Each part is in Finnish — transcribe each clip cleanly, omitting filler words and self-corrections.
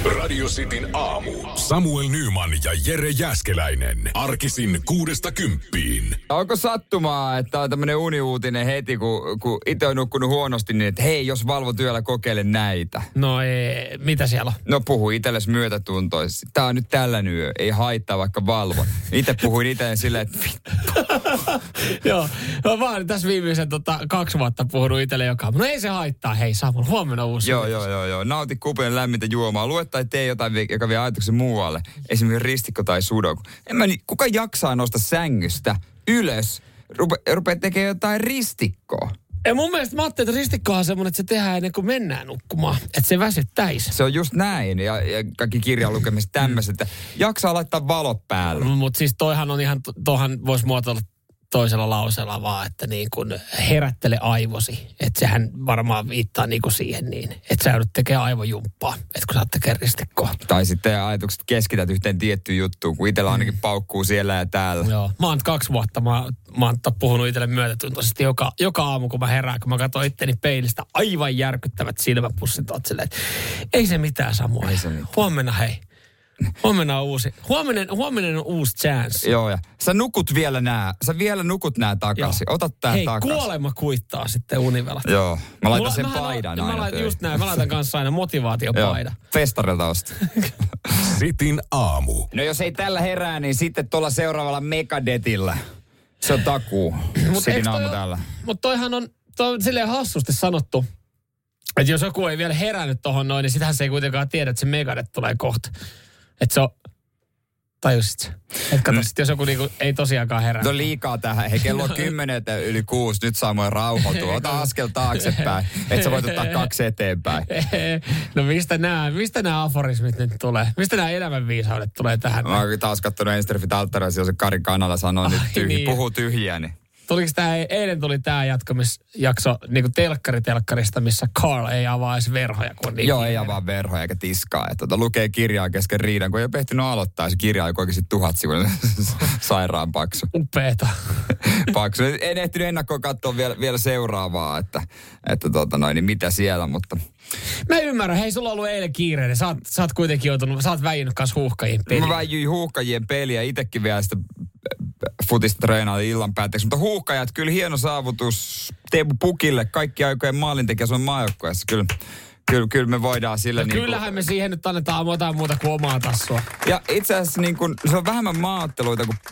Radio Cityn aamu. Samuel Nyman ja Jere Jääskeläinen. Arkisin 6–10. Onko sattumaa, että on tämmöinen uniuutinen heti, kun itse on nukkunut huonosti, niin että hei, jos valvotyöllä kokeile näitä. No ei, mitä siellä on? No puhu itsellesi myötätuntoisesti. Tää on nyt tällainen yö, ei haittaa vaikka valvo. Itse puhuin itselleni silleen, että Joo, mä vaan tässä viimeisen 2 vuotta puhunut itselle joka. No ei se haittaa, hei Samuel, huomenna uusi. Joo. Nauti kupien lämmintä juomaa. Lue tai tee jotain, joka vie ajatuksen muualle. Esimerkiksi ristikko tai sudoku. Kuka jaksaa nousta sängystä ylös, rupea tekemään jotain ristikkoa? Ja mun mielestä mä ajattelin, että ristikkohan on semmoinen, että se tehdään ennen kuin mennään nukkumaan. Että se väsyttäisi. Se on just näin. Ja kaikki kirjan lukemiset tämmöiset, että jaksaa laittaa valot päälle. Mutta siis toihan on ihan, toihan voisi muotoilla toisella lauseella vaan, että niin kuin herättele aivosi. Että sehän varmaan viittaa niin kuin siihen niin, että sä joudut tekemään aivojumppaa, että kun sä oot tekemään ristikkoa. Tai sitten ajatukset keskität yhteen tiettyyn juttuun, kun itsellä ainakin paukkuu siellä ja täällä. Joo, mä oon 2 vuotta, mä oon puhunut itselle myötätuntoisesti joka aamu, kun mä herään, kun mä katson itteni peilistä, aivan järkyttävät silmäpussit oot silleen, että ei se mitään Samuel. Ei se mitään. Huomenna hei. Huomenna on uusi. Huominen on uusi chance. Joo, ja sä vielä nukut nää takaisin. Joo. Ota tää takaisin. Hei, kuolema kuittaa sitten univelat. Joo, mä laitan sen paidan aina. Just näin, mä laitan kanssa aina motivaatiopaidan. Festarilta osta. Cityn aamu. No jos ei tällä herää, niin sitten tuolla seuraavalla Megadethillä. Se on takuu. Cityn aamu täällä. Mutta toihan on silleen hassusti sanottu, että jos joku ei vielä herännyt tohon noin, niin sitähän se ei kuitenkaan tiedä, että se Megadeth tulee kohta. Että se on, tajusit sä? Että kato sit, jos joku niinku ei tosiaankaan herää. No liikaa tähän. Hei, kello on 10:06. Nyt Samuel rauhoitua. Ota askel taaksepäin, että sä voit ottaa 2 eteenpäin. No mistä nämä aforismit nyt tulee? Mistä nämä elämänviisaudet tulee tähän? Mä oon taas katsonut Ensterfit Alttaras, jos Kari Kanala sanoo nyt puhuu tyhjiä, niin. Eilen tuli tämä jatkomisjakso niinku telkkarista, missä Carl ei avaa edes verhoja. Joo, ei avaa verhoja eikä tiskaa. Että lukee kirjaa kesken riidan, kun ei ole pehtinyt aloittaa. Se kirja on oikeasti 1000 sivua sairaan paksu. Upeeta. Paksu. En ehtinyt ennakkoon katsoa vielä seuraavaa, että niin mitä siellä, mutta. Mä ymmärrän. Hei, sulla on ollut eilen kiireinen. Sä oot kuitenkin sä oot väijynyt kanssa huuhkajien peliä. Mä väijyin huuhkajien peliä. Itsekin vielä sitä futista treenaili illan päätteeksi. Mutta huuhkajat, kyllä hieno saavutus Teemu Pukille. Kaikki aikojen maalintekijä Suomen maajoukkueessa. Kyllä me voidaan sille no kyllähän me siihen nyt annetaan jotain muuta kuin omaa tassua. Ja itse asiassa niin kun, se on vähemmän maaotteluita kuin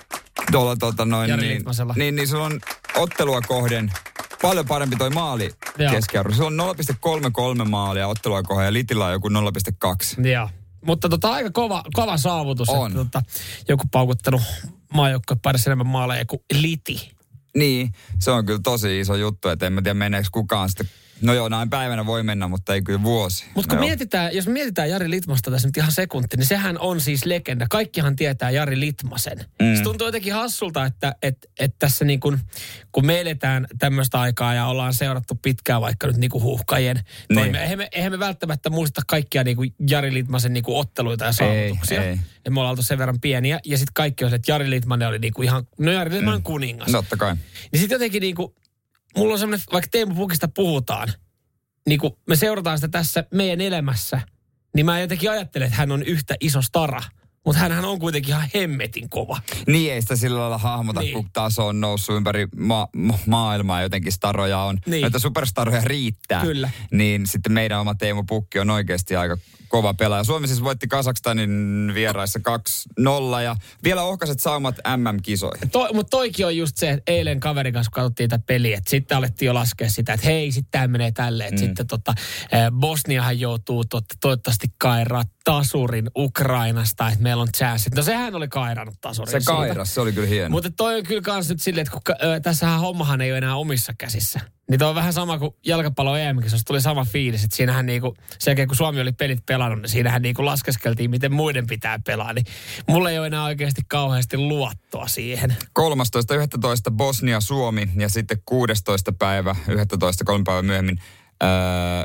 tuolla Jari Litmasella. Niin se on ottelua kohden paljon parempi toi maali keskiarvo. Se on 0,33 maalia ottelua kohden ja Litillä on joku 0,2. Joo. Mutta aika kova saavutus, on. Että joku paukuttanut maajoukkoja parissa enemmän maaleja kuin Liti. Niin, se on kyllä tosi iso juttu, että en mä tiedä meneekö kukaan sitten. No joo, näin päivänä voi mennä, mutta ei kyllä vuosi. Mutta jos mietitään Jari Litmasta tässä nyt ihan sekunti, niin sehän on siis legenda. Kaikkihan tietää Jari Litmasen. Se tuntuu jotenkin hassulta, että tässä niin kun me eletään tämmöistä aikaa ja ollaan seurattu pitkään vaikka nyt niin kuin huuhkajien toimia. Eihän me välttämättä muista kaikkia niin kuin Jari Litmasen niin kuin otteluita ja saavutuksia. Ei. Ja me ollaan oltu sen verran pieniä. Ja sitten kaikki on se, että Jari Litmanen oli niin kuin ihan, Jari Litmanen kuningas. Totta kai. Niin sitten jotenkin niin kuin mulla on semmoinen, vaikka Teemu Pukista puhutaan, niin kun me seurataan sitä tässä meidän elämässä, niin mä jotenkin ajattelen, että hän on yhtä iso stara. Mutta hänhän on kuitenkin ihan hemmetin kova. Niin, ei sitä sillä lailla hahmota, kun taso on noussut ympäri maailmaa. Jotenkin staroja on. Niin. Näitä superstaroja riittää. Kyllä. Niin sitten meidän oma Teemu Pukki on oikeasti aika kova pelaaja. Suomi siis voitti Kazakstanin vieraissa 2-0 ja vielä ohkaiset saumat MM-kisoihin. Mutta toikin on just se, että eilen kaverin kanssa kun katsottiin tätä peliä, että sitten alettiin jo laskea sitä, että hei, sitten tämä menee tälleen. Että sitten Bosniahan joutuu toivottavasti kairaa tasurin Ukrainasta, että meillä on chanssit. No sehän oli kairannut tasurin. Se kairas, se oli kyllä hieno. Mutta toi on kyllä kans nyt silleen, että tässähän hommahan ei ole enää omissa käsissä. Niin toi on vähän sama kuin jalkapallo EM-kisossa tuli sama fiilis, että siinähän niinku, sen jälkeen kun Suomi oli pelit pelannut, niin siinähän niinku laskeskeltiin, miten muiden pitää pelaa. Niin mulla ei ole enää oikeasti kauheasti luottoa siihen. 13.11. Bosnia-Suomi ja sitten 16. päivä 11. 3 päivää myöhemmin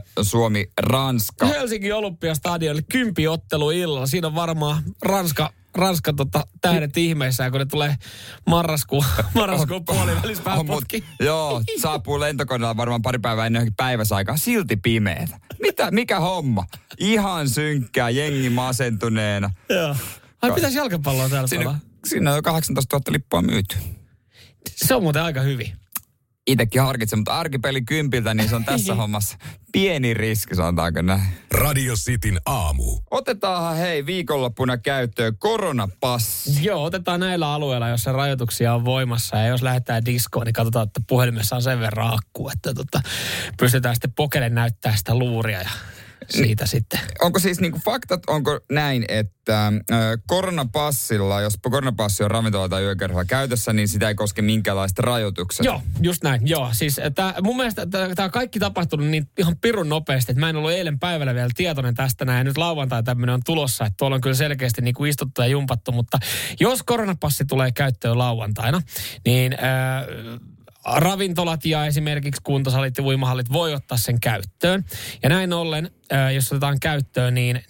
Suomi-Ranska. Helsingin Olympiastadionille 10 ottelu illalla. Siinä on varmaan Ranska Ranskan tähdet ihmeissään, kun ne tulee marraskuun puolivälissä vähän potki. Joo, saapuu lentokoneella varmaan pari päivää ennen päiväsaikaa. Silti pimeätä. Mikä homma? Ihan synkkää, jengi masentuneena. Joo. Pitäisi jalkapalloa täällä pelaa? Siinä on jo 18 000 lippua myyty. Se on muuten aika hyvin. Itekin harkitsen, mutta arkipeli 10, niin se on tässä hommassa pieni riski, sanotaanko näin. Radio Cityn aamu. Otetaanhan viikonloppuna käyttöön koronapassi. Joo, otetaan näillä alueilla, jossa rajoituksia on voimassa. Ja jos lähdetään diskoon, niin katsotaan, että puhelimessa on sen verran akkua, että pystytään sitten pokelle näyttää sitä luuria ja siitä sitten. Onko siis faktat, onko näin, että koronapassilla, jos koronapassi on ravintola tai yökerholla käytössä, niin sitä ei koske minkäänlaista rajoitukset? Joo, just näin. Joo, siis mun mielestä tämä kaikki tapahtunut niin ihan pirun nopeasti, että mä en ollut eilen päivällä vielä tietoinen tästä näin. Ja nyt lauantai tämmöinen on tulossa, että tuolla on kyllä selkeästi istuttu ja jumpattu, mutta jos koronapassi tulee käyttöön lauantaina, niin ravintolat ja esimerkiksi kuntosalit ja uimahallit voi ottaa sen käyttöön. Ja näin ollen, jos otetaan käyttöön, niin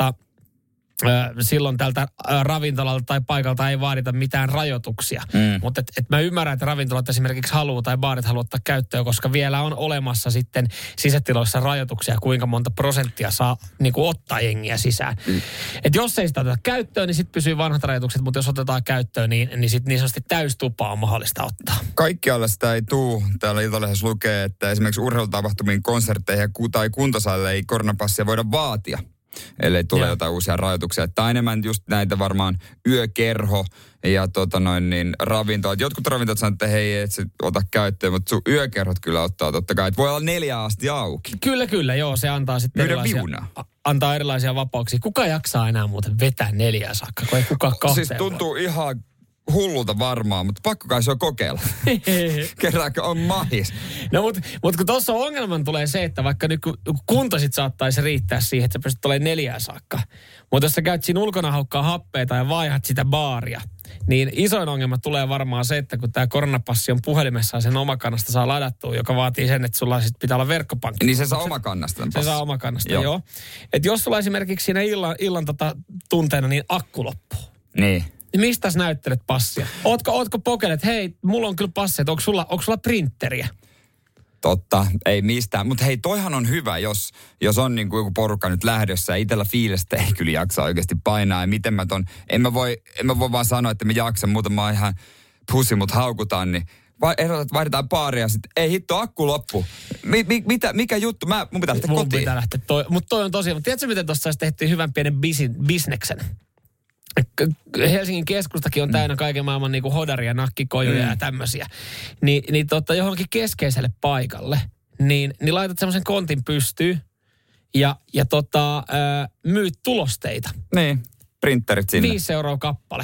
silloin tältä ravintolalta tai paikalta ei vaadita mitään rajoituksia. Mutta mä ymmärrän, että ravintolat esimerkiksi haluaa tai baarit haluaa ottaa käyttöön, koska vielä on olemassa sitten sisätiloissa rajoituksia, kuinka monta prosenttia saa ottaa jengiä sisään. Et jos ei sitä oteta käyttöön, niin sitten pysyy vanhat rajoitukset, mutta jos otetaan käyttöön, niin sitten niin sanotusti täystupa on mahdollista ottaa. Kaikkialla sitä ei tule. Täällä Iltalehdessä lukee, että esimerkiksi urheilutapahtumiin, konsertteihin tai kuntosalille ei koronapassia voida vaatia, ellei tule jotain uusia rajoituksia. Tämä on enemmän just näitä varmaan yökerho ja ravintolat. Jotkut ravintolat sanoo, että hei, et se ota käyttöön, mutta sun yökerhot kyllä ottaa totta kai. Että voi olla 4 asti auki. Kyllä, joo. Se antaa sitten antaa erilaisia vapauksia. Kuka jaksaa enää muuten vetää 4 saakka, kun ei kukaan 2 Siis tuntuu ihan hullulta varmaan, mutta pakko kai se on kokeilla. Kerraanko on mahis. No mutta kun tuossa ongelman tulee se, että vaikka nyt kunto sit saattaisi riittää siihen, että sä pystyt olemaan 4 saakka. Mutta jos sä käyt siinä ulkona haukkaa happeita ja vaihat sitä baaria, niin isoin ongelma tulee varmaan se, että kun tämä koronapassi on puhelimessa ja sen omakannasta saa ladattua, joka vaatii sen, että sulla sit pitää olla verkkopankki. Niin se saa omakannasta. Se saa omakannasta, joo. Että jos sulla esimerkiksi siinä illan tunteena niin akku loppuu. Niin mistä sä näyttelet passia? Ootko pokelle, että hei, mulla on kyllä passi, että onko sulla printeriä? Totta, ei mistään. Mutta hei, toihan on hyvä, jos on joku porukka nyt lähdössä ja itsellä fiilestä ei kyllä jaksa oikeasti painaa. Ja miten en mä voi vaan sanoa, että me jaksan, muuten mä oon ihan pussi, mut haukutaan, niin vaihdetaan baaria, sitten ei hitto, akku loppu. Mikä juttu? Mun pitää lähteä kotiin. Pitää lähteä mutta toi on tosiaan. Mutta tiedätkö, miten tuossa olisi tehty hyvän pienen bisneksen? Helsingin keskustakin on täynnä kaiken maailman hodaria, nakkikojuja ja tämmöisiä. Niin johonkin keskeiselle paikalle, niin laitat semmoisen kontin pystyyn ja myyt tulosteita. Niin, printerit sinne. 5 € kappale.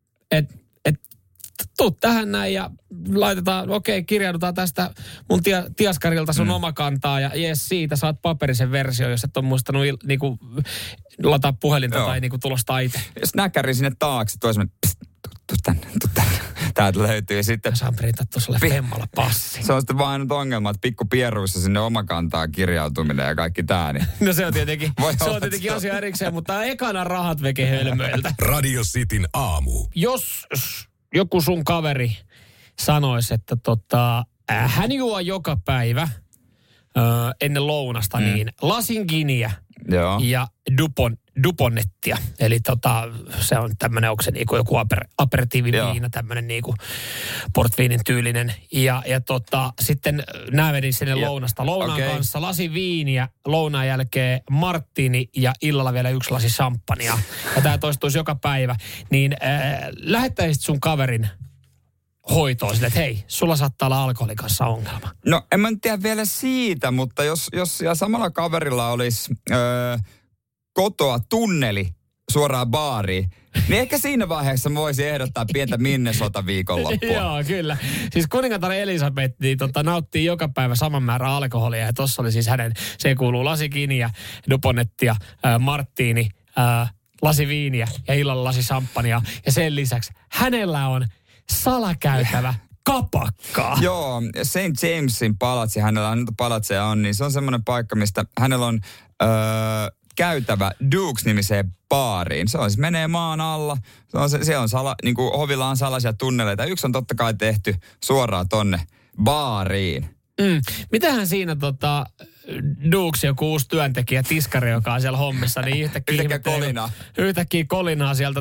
Tuu tähän näin ja laitetaan, kirjaudutaan tästä mun tiaskarilta sun omakantaa ja jes, siitä saat paperisen versio, jos et ole muistanut lataa puhelinta tai tulostaa itse. Jos näkkäri sinne taakse, toisemme, tuu tänne. Täältä löytyy ja sitten... Mä saan printattu sulle femmalla passi. Se on sitten vaan nyt ongelma, että pikkupieruissa sinne omakantaa kirjautuminen ja kaikki tää. Niin no se on tietenkin asia erikseen, mutta ekana rahat veke hölmöiltä. Radio Cityn aamu. Jos joku sun kaveri sanoisi, että hän juo joka päivä ennen lounasta niin lasin giniä ja duponnettia. Eli se on tämmöinen, onko se joku aperitiiviviina, tämmöinen portviinin tyylinen. Ja sitten nämä vedin sinne lounasta. Lounaan kanssa lasi viiniä, lounaan jälkeen martini ja illalla vielä 1 lasi champagnea. Ja tämä toistuisi joka päivä. Niin lähettäisit sun kaverin hoitoon sille, että hei, sulla saattaa olla alkoholin kanssa ongelma. No en mä tiedä vielä siitä, mutta jos samalla kaverilla olisi kotoa tunneli suoraan baariin, niin ehkä siinä vaiheessa mä voisin ehdottaa pientä Minnesota-viikonloppua. Joo, kyllä. Siis kuningatar Elisabeth nauttii joka päivä saman määrän alkoholia ja tossa oli siis se kuuluu lasikiniä, duponnettia, marttiini, lasi viiniä ja illalla lasi champagnea. Ja sen lisäksi hänellä on salakäytävä kapakkaa. Joo, St. Jamesin palatsi, hänellä on palatseja on, niin se on semmoinen paikka, mistä hänellä on käytävä Dukes-nimiseen baariin. Se on siis menee maan alla. Siellä on niin kuin hovilla on salaisia tunneleita. Yksi on totta kai tehty suoraan tonne baariin. Mitähän siinä Dukes, joku uusi työntekijä, tiskari, joka on siellä hommissa, niin yhtäkkiä kolinaa sieltä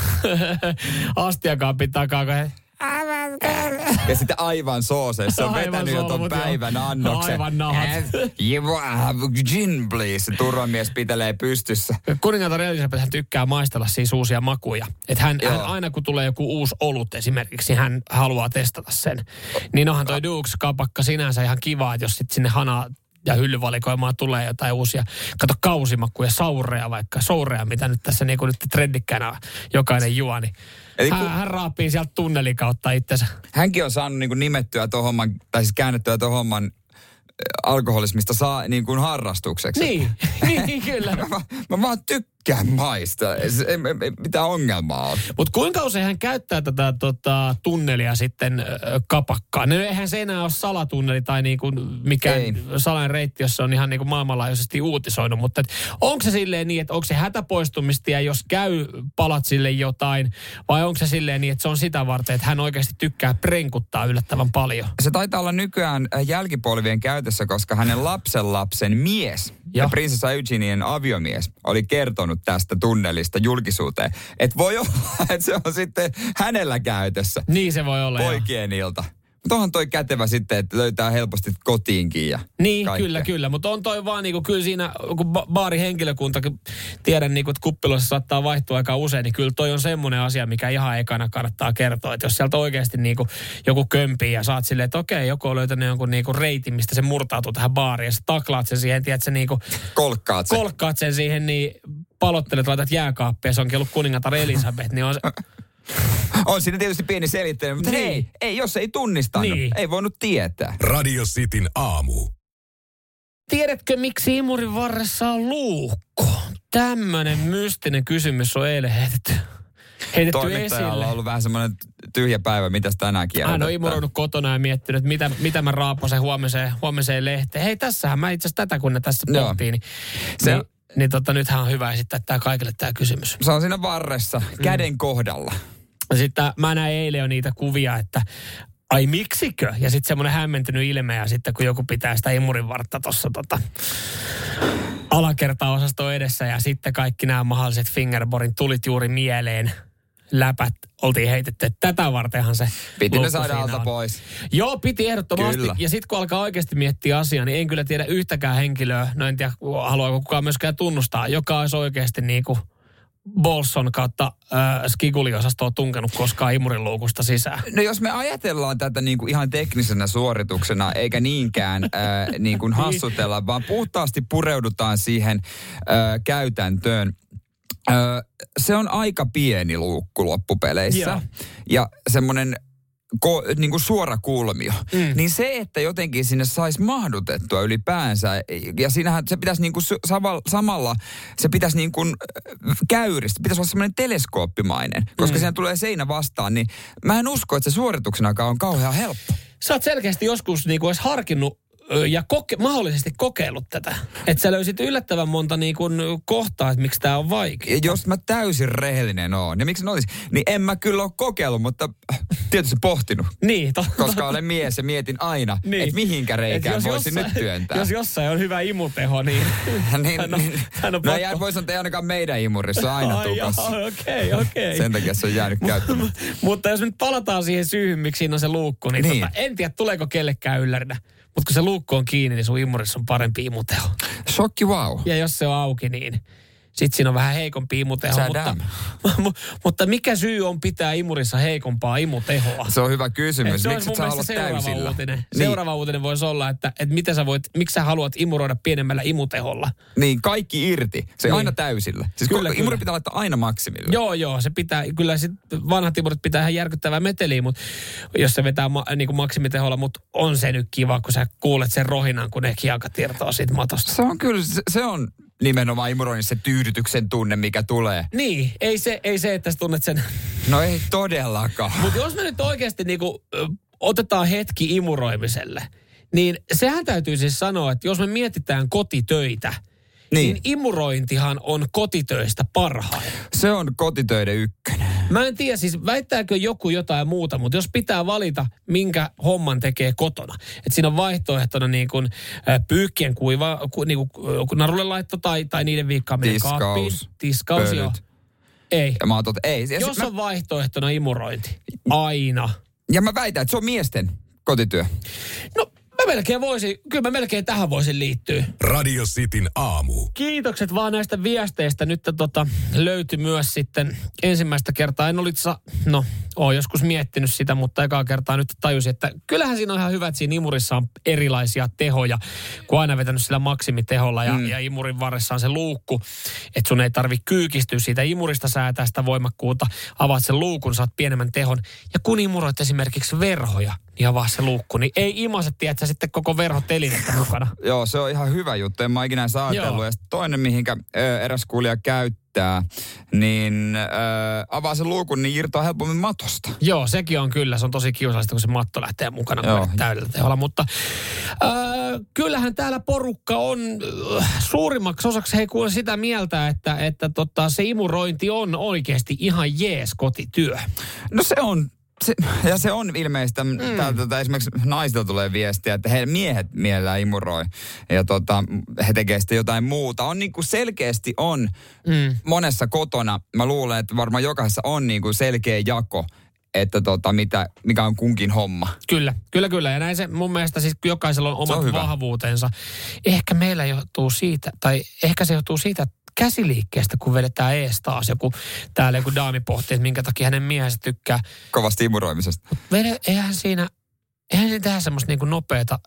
astiakaapin takaa, ja sitten aivan sooseissa on vetänyt jo ton päivän annoksen. Aivan nahat. You have gin, please. Turvamies pitelee pystyssä. Kuningatar Elisabeth hän tykkää maistella siis uusia makuja. Että hän aina kun tulee joku uusi olut esimerkiksi, niin hän haluaa testata sen. Niin onhan toi Dukes-kapakka sinänsä ihan kiva, että jos sit sinne hanaa ja hyllyvalikoimaan tulee jotain uusia, kato kausimakkuja, soureja, mitä nyt tässä niin kuin nyt trendikkäänä jokainen juo, niin hän raapii sieltä tunnelin kautta itsensä. Hänkin on saanut niin kuin nimettyä tuon homman, tai siis käännettyä tuon homman alkoholismista saa niin kuin harrastukseksi. Niin kyllä. Mä vaan tykkään maista. Ei mitään ongelmaa ole. Mutta kuinka usein hän käyttää tätä tunnelia sitten kapakkaan? No eihän se enää ole salatunneli tai niin kuin mikään salainen reitti, jossa on ihan niin kuin maailmanlaajuisesti uutisoinut. Mutta onko se silleen niin, että onko se hätäpoistumistie, jos käy palatsille jotain, vai onko se silleen niin, että se on sitä varten, että hän oikeasti tykkää prenkuttaa yllättävän paljon? Se taitaa olla nykyään jälkipolvien käytössä, koska hänen lapsen mies ja prinsessa Eugenien aviomies oli kertonut tästä tunnelista julkisuuteen. Että voi olla, että se on sitten hänellä käytössä. Niin se voi olla. Poikien ilta. Mutta onhan toi kätevä sitten, että löytää helposti kotiinkin ja niin, kaikkea. kyllä. Mutta on toi vaan niinku, kyllä siinä, kun baarihenkilökuntakin tiedän, niinku, että kuppiloissa saattaa vaihtua aika usein, niin kyllä toi on semmoinen asia, mikä ihan ekana kannattaa kertoa. Että jos sieltä oikeasti niinku, joku kömpii ja saat silleen, että okei, joku on löytänyt jonkun niinku reitin, mistä se murtautuu tähän baariin ja sä taklaat sen siihen, tiedät, niinku, kolkkaat sen siihen, niin palottelet, laitat jääkaappia, se onkin ollut kuningatar Elisabeth, niin on se... On siinä tietysti pieni selittely, mutta ei, jos ei tunnistanut, ei voinut tietää. Radio Cityn aamu. Tiedätkö, miksi imurin varressa on luukku? Tämmönen mystinen kysymys on eilen heitetty Toimittajalla on ollut vähän semmoinen tyhjä päivä, mitäs tänään kierrätetään. Hän on imuroinut kotona ja miettinyt, että mitä mä raapasen huomiseen lehteen. Hei, tässähän mä itse asiassa tätä, kun ne tässä pohtii, niin nythän on hyvä esittää tää kaikille tämä kysymys. Se on siinä varressa, käden kohdalla. Sitten mä näin eilen jo niitä kuvia, että ai miksikö? Ja sitten semmoinen hämmentynyt ilme ja sitten kun joku pitää sitä imurin vartta tuossa alakertaosaston edessä ja sitten kaikki nämä mahdolliset fingerboardin tulit juuri mieleen. Läpät oltiin heitetty, että tätä vartenhan se piti ne saada alta pois. Joo, piti ehdottomasti. Kyllä. Ja sitten kun alkaa oikeasti miettiä asiaa, niin en kyllä tiedä yhtäkään henkilöä, no en tiedä haluaako kukaan myöskään tunnustaa, joka olisi oikeasti niin kuin Bolson kautta skiguliosastoa tunkenut koskaan imurin luukusta sisään. No jos me ajatellaan tätä niin kuin ihan teknisenä suorituksena, eikä niinkään niin kuin hassutella, vaan puhtaasti pureudutaan siihen käytäntöön. Se on aika pieni luukku loppupeleissä. Yeah. Ja semmoinen niin kuin suora kulmio. Niin se, että jotenkin sinne saisi mahdutettua ylipäänsä, ja siinähän se pitäisi niin kuin samalla, se pitäisi niin kuin käyristä, pitäisi olla semmoinen teleskooppimainen, koska siinä tulee seinä vastaan, niin mä en usko, että se suorituksenakaan on kauhean helppo. Sä oot selkeästi joskus niin kuin edes harkinnut ja mahdollisesti kokeillut tätä. Että sä löysit yllättävän monta niin kuin kohtaa, että miksi tää on vaikea. Jos mä täysin rehellinen oon, ja miksi en olisi, niin en mä kyllä ole kokeillut, mutta tietysti pohtinut. Niin, koska olen mies ja mietin aina, niin, että mihinkä reikään voisin nyt työntää. Jos jossain on hyvä imuteho, niin... No voisi sanoa, ainakaan meidän imurissa aina tukossa. Okei. Sen takia se on jäänyt käyttämään. Mutta jos nyt palataan siihen syyhyn, miksi siinä on se luukku, niin. En tiedä, tuleeko kellekään yllärinä. Mutta kun se luukku on kiinni, niin sun imurissa on parempi imuteho. Shokki wow. Ja jos se on auki, niin sitten siinä on vähän heikompi imuteho. Mutta mikä syy on pitää imurissa heikompaa imutehoa? Se on hyvä kysymys. Miksi sä haluat täysillä? Seuraava uutinen voisi olla, että miksi sä haluat imuroida pienemmällä imuteholla? Niin, kaikki irti. Se on aina täysillä. Siis kyllä. Imuri pitää laittaa aina maksimilla. Joo, se pitää. Kyllä sit vanhat imurit pitää ihan järkyttävää meteliä, mutta jos se vetää niin kuin maksimiteholla, mutta on se nyt kiva, kun sä kuulet sen rohinan, kun ne kiakat irtoaa siitä matosta. Se on kyllä, se on nimenomaan imuroinnissa se tyydytyksen tunne, mikä tulee. Niin, ei se, että sä tunnet sen. No ei todellakaan. Mutta jos me nyt oikeasti niinku, otetaan hetki imuroimiselle, niin sehän täytyy siis sanoa, että jos me mietitään kotitöitä, niin imurointihan on kotitöistä parhain. Se on kotitöiden ykkönen. Mä en tiedä, siis väittääkö joku jotain muuta, mutta jos pitää valita, minkä homman tekee kotona. Että siinä on vaihtoehtona niin kuin pyykkien niin kuin narulle laitto tai niiden viikkaaminen kaappiin. Tiskaus, joo. Ei. Ja mä oon ei. Jos on vaihtoehtona imurointi. Aina. Ja mä väitän, että se on miesten kotityö. No, kyllä mä melkein tähän voisin liittyä. Radio Cityn aamu. Kiitokset vaan näistä viesteistä. Nyt löytyi myös sitten ensimmäistä kertaa. En oon joskus miettinyt sitä, mutta ekaa kertaa nyt tajusin, että kyllähän siinä on ihan hyvä, että siinä imurissa on erilaisia tehoja, kun aina vetänyt sillä maksimiteholla ja imurin varressa on se luukku, että sun ei tarvi kyykistyä siitä imurista, säätää sitä voimakkuutta, avaat sen luukun, saat pienemmän tehon. Ja kun imuroit esimerkiksi verhoja, niin avaa se luukku, niin ei imase, tiedätkö, sitten koko verhotelinettä mukana. Joo, se on ihan hyvä juttu. En mä ikinä ajatellut. Ja toinen, mihinkä eräs kuulija käyttää, niin avaa sen luukun, niin irtoaa helpommin matosta. Joo, sekin on kyllä. Se on tosi kiusallista, kun se matto lähtee mukana täydellä teholla. Mutta kyllähän täällä porukka on suurimmaksi osaksi, hei kuule sitä mieltä, että se imurointi on oikeasti ihan jees kotityö. No se on. Se on ilmeistä. Täältä esimerkiksi naisilta tulee viestiä, että he miehet mielellään imuroi ja he tekee sitten jotain muuta. On niin kuin selkeästi on monessa kotona. Mä luulen, että varmaan jokaisessa on niin kuin selkeä jako, että mikä on kunkin homma. Kyllä. Ja näin se mun mielestä siis jokaisella on omat vahvuutensa. Ehkä meillä johtuu siitä, tai ehkä se johtuu siitä, käsiliikkeestä, kun vedetään ees taas. Täällä joku daami pohtii, että minkä takia hänen miehensä tykkää kovasti imuroimisesta. Eihän siinä tehdä semmoista niin kuin nopeata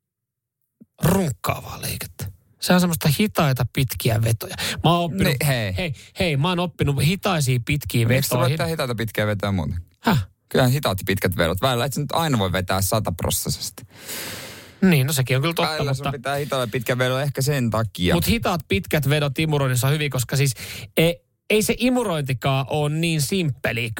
runkkaavaa liikettä. Se on semmoista hitaita pitkiä vetoja. Mä oon oppinut, mä oon oppinut hitaisia pitkiä vetoja. Miksi sä voit tehdä hitaita pitkiä vetoja muuten? Kyllähän hitaat pitkät vedot. Välillä et sä nyt aina voi vetää 100%. Niin, no sekin on kyllä totta. Välillä sun pitää hitailla pitkä vedo ehkä sen takia. Mutta hitaat pitkät vedot imuroinnissa on hyvin, koska siis ei se imurointikaan ole niin simppeli.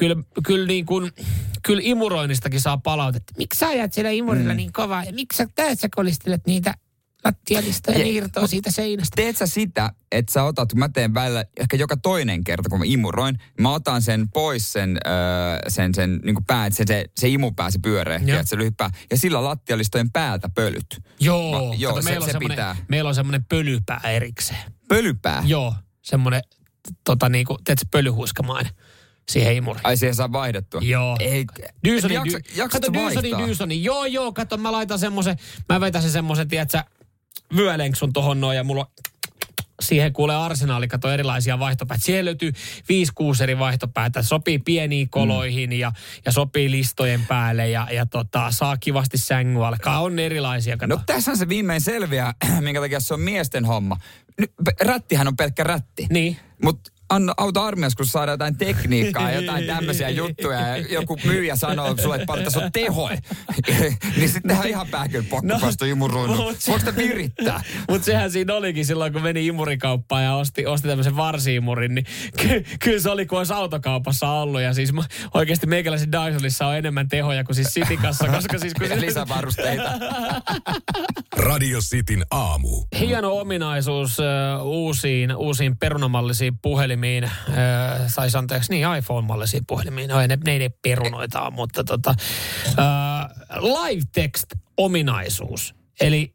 Kyllä imuroinnistakin saa palautetta. Miksi sä ajat siellä imurilla niin kovaa? Ja miksi sä kolistelet niitä lattialista ja irtoa siitä seinästä? Teet sä sitä, että sä otat, kun mä teen välillä ehkä joka toinen kerta, kun mä imuroin, mä otan sen pois sen niin kuin pää, että se imupää, se pyöreä, ja se lyhyt pää, ja sillä lattialistojen päältä pölyt. Joo, se pitää. Meillä on semmoinen pölypää erikseen. Pölypää? Joo, semmoinen, niinku, teetkö pölyhuiskamainen siihen imuriin. Ai siihen saa vaihdettua? Joo. Dysonin. Joo, kato, mä laitan semmoisen, mä vetäisin semmoisen, tiedätkö, vyölenksun tohon noin ja mulla siihen kuulee arsenaali, kato erilaisia vaihtopäitä. Siellä löytyy 5-6 eri vaihtopäätä. Sopii pieniin koloihin ja sopii listojen päälle ja saa kivasti sängyn alkaa. On erilaisia, kato. No tässä on se viimein selviää, minkä takia se on miesten homma. Rättihän on pelkkä rätti. Niin. Mutta auta armias, kun saadaan jotain tekniikkaa ja jotain tämmöisiä juttuja ja joku myyjä sanoo sulle, että paljon tässä on tehoja. Niin sitten ihan pääkylpokku vasta imuroinut. Voiko sitä virittää? Mutta sehän siinä olikin silloin, kun meni imurikauppaan ja osti tämmöisen varsi-imurin, niin kyllä se oli, kun olisi autokaupassa ollut. Ja siis oikeasti meikäläisen Dysonissa on enemmän tehoja kuin siis Citycassa, koska siis... lisävarusteita. Radio Cityn aamu. Hieno ominaisuus uusiin perunamallisiin puhelimiin. Saisi anteeksi, iPhone-mallisiin puhelimiin. No ei ne perunoitaan, mutta live text-ominaisuus. Eli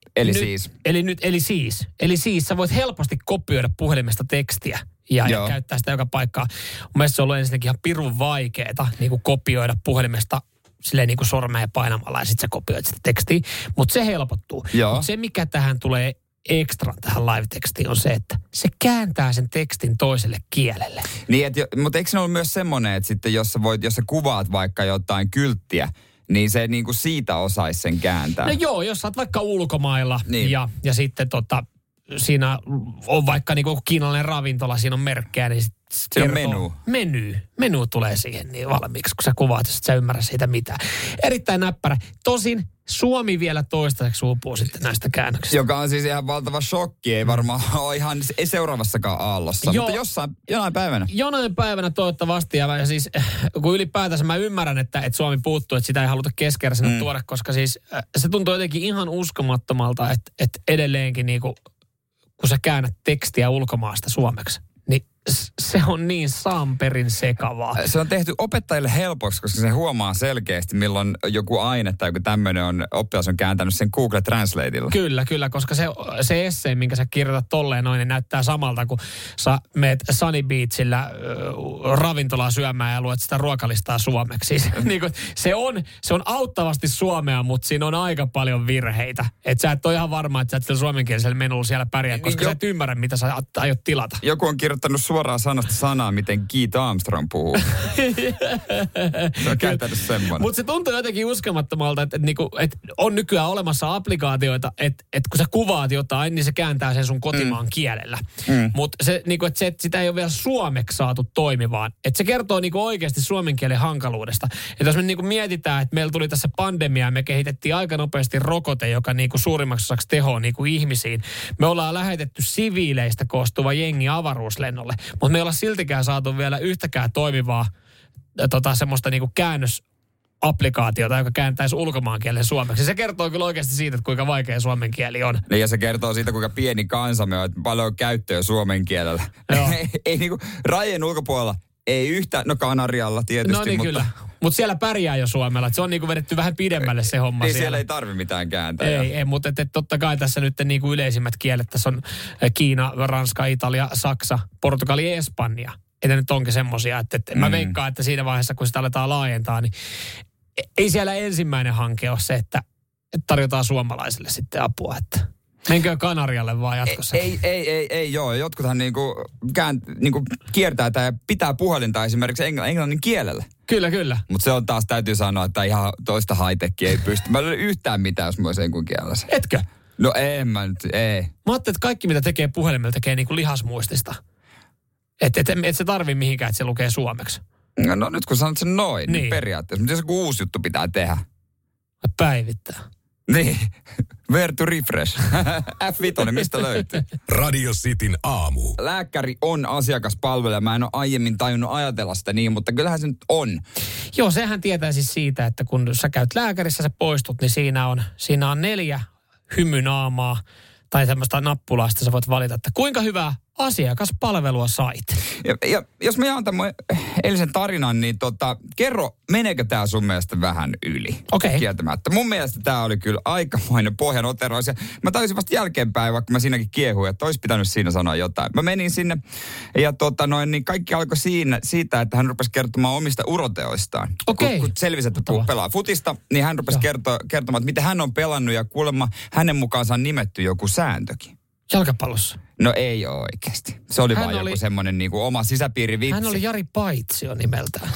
siis sä voit helposti kopioida puhelimesta tekstiä ja käyttää sitä joka paikkaan. Mun mielestä se on ollut ensinnäkin ihan pirun vaikeeta niin kuin kopioida puhelimesta silleen niin kuin sormea painamalla ja sit sä kopioit sitä tekstiä. Mutta se helpottuu. Mut se, mikä tähän tulee ekstra tähän live-tekstiin on se, että se kääntää sen tekstin toiselle kielelle. Niin, mutta eikö se ole myös semmoinen, että sitten jos sä kuvaat vaikka jotain kylttiä, niin se niinku siitä osaisi sen kääntää? No joo, jos sä oot vaikka ulkomailla niin. ja sitten siinä on vaikka niinku kiinalainen ravintola, siinä on merkkejä, niin se on menu tulee siihen niin valmiiksi, kun sä kuvaat, jos et sä ymmärrä siitä mitään. Erittäin näppärä. Tosin Suomi vielä toistaiseksi uupuu sitten näistä käännöksistä. Joka on siis ihan valtava shokki. Ei varmaan ole ihan seuraavassakaan aallossa. Mutta jonain päivänä. Jonain päivänä toivottavasti. Ja siis kun ylipäätänsä mä ymmärrän, että Suomi puuttuu, että sitä ei haluta keskeräisenä tuoda, koska siis se tuntuu jotenkin ihan uskomattomalta, että edelleenkin niinku kun sä käännät tekstiä ulkomaasta suomeksi, niin se on niin samperin sekavaa. Se on tehty opettajille helpoksi, koska se huomaa selkeästi, milloin joku aine tai joku tämmöinen oppilas on kääntänyt sen Google Translateilla. Kyllä, koska se essee, minkä sä kirjoitat tolleen noin, niin näyttää samalta, kun sä meet Sunny Beachillä ravintolaa syömään ja luet sitä ruokalistaa suomeksi. Siis, niin kuin, se on auttavasti suomea, mutta siinä on aika paljon virheitä. Että sä et ole ihan varma, että sä et sillä suomenkielisellä menulla siellä pärjää, koska sä et ymmärrä, mitä sä aiot tilata. Joku on kirjoittanut suoraan sanasta sanaa, miten Keith Armstrong puhuu. Se on käytännössä semmoinen. Mutta se tuntuu jotenkin uskomattomalta, että on nykyään olemassa applikaatioita, että kun sä kuvaat jotain, niin se kääntää sen sun kotimaan kielellä. Mutta se, että sitä ei ole vielä suomeksi saatu toimivaan. Että se kertoo oikeasti suomen kielen hankaluudesta. Että jos me mietitään, että meillä tuli tässä pandemia ja me kehitettiin aika nopeasti rokote, joka suurimmaksi osaksi tehoa ihmisiin. Me ollaan lähetetty siviileistä koostuva jengi avaruuslennolle. Mutta me ei olla siltikään saatu vielä yhtäkään toimivaa semmoista käännösapplikaatiota, joka kääntäisi ulkomaankielen suomeksi. Se kertoo kyllä oikeasti siitä, että kuinka vaikea suomen kieli on. Niin ja se kertoo siitä, kuinka pieni kansamme on, että paljon käyttöä suomen kielellä. Ei rajojen ulkopuolella, ei yhtä, Kanarialla tietysti. No niin mutta kyllä. Mutta siellä pärjää jo suomella. Se on vedetty vähän pidemmälle se homma niin siellä. Siellä ei tarvi mitään kääntää. Ei mutta totta kai tässä nyt yleisimmät kielet. Tässä on Kiina, Ranska, Italia, Saksa, Portugali ja Espanja. Että nyt onkin semmosia, että mä veikkaan, että siinä vaiheessa, kun sitä aletaan laajentaa, niin ei siellä ensimmäinen hanke ole se, että tarjotaan suomalaisille sitten apua, että menkö Kanarialle vaan jatkossa? Ei joo. Jotkuthan kiertää tai pitää puhelinta esimerkiksi englannin kielellä. Kyllä. Mutta se on taas, täytyy sanoa, että ihan toista high-techia ei pysty. Mä en ole yhtään mitään, jos mä olisin englannin kielellä. Etkö? No en mä nyt, ei. Mä ajattelin, että kaikki mitä tekee puhelimella tekee lihasmuistista. Että et se tarvii mihinkään, että se lukee suomeksi. No nyt kun sanot sen noin, niin periaatteessa. Mutta jos joku uusi juttu pitää tehdä. Päivittää. Niin. Where to refresh. F5, mistä löytyy? Radio Cityn aamu. Lääkäri on asiakaspalvelija. Mä en ole aiemmin tajunnut ajatella sitä niin, mutta kyllähän se nyt on. Joo, sehän tietää siis siitä, että kun sä käyt lääkärissä, sä poistut, niin siinä on 4 hymynaamaa tai semmoista nappulasta sä voit valita, että kuinka hyvää asiakaspalvelua sait. Ja jos mä jaan tämän eilisen tarinan, niin kerro, meneekö tää sun mielestä vähän yli? Okei. Kieltämättä. Mun mielestä tää oli kyllä aikamoinen pohjanoteraus. Mä tajusin vasta jälkeenpäin, vaikka mä siinäkin kiehuin, että olisi pitänyt siinä sanoa jotain. Mä menin sinne ja niin kaikki alkoi siitä, että hän rupesi kertomaan omista uroteoistaan. Okei. Kun selvisi, että pelaa futista, niin hän rupesi kertomaan, että miten hän on pelannut ja kuulemma hänen mukaansa on nimetty joku sääntökin. Jalkapallossa? No ei ole oikeasti. Se oli vaan joku semmoinen oma sisäpiirivitsi. Hän oli Jari Paitsio nimeltään.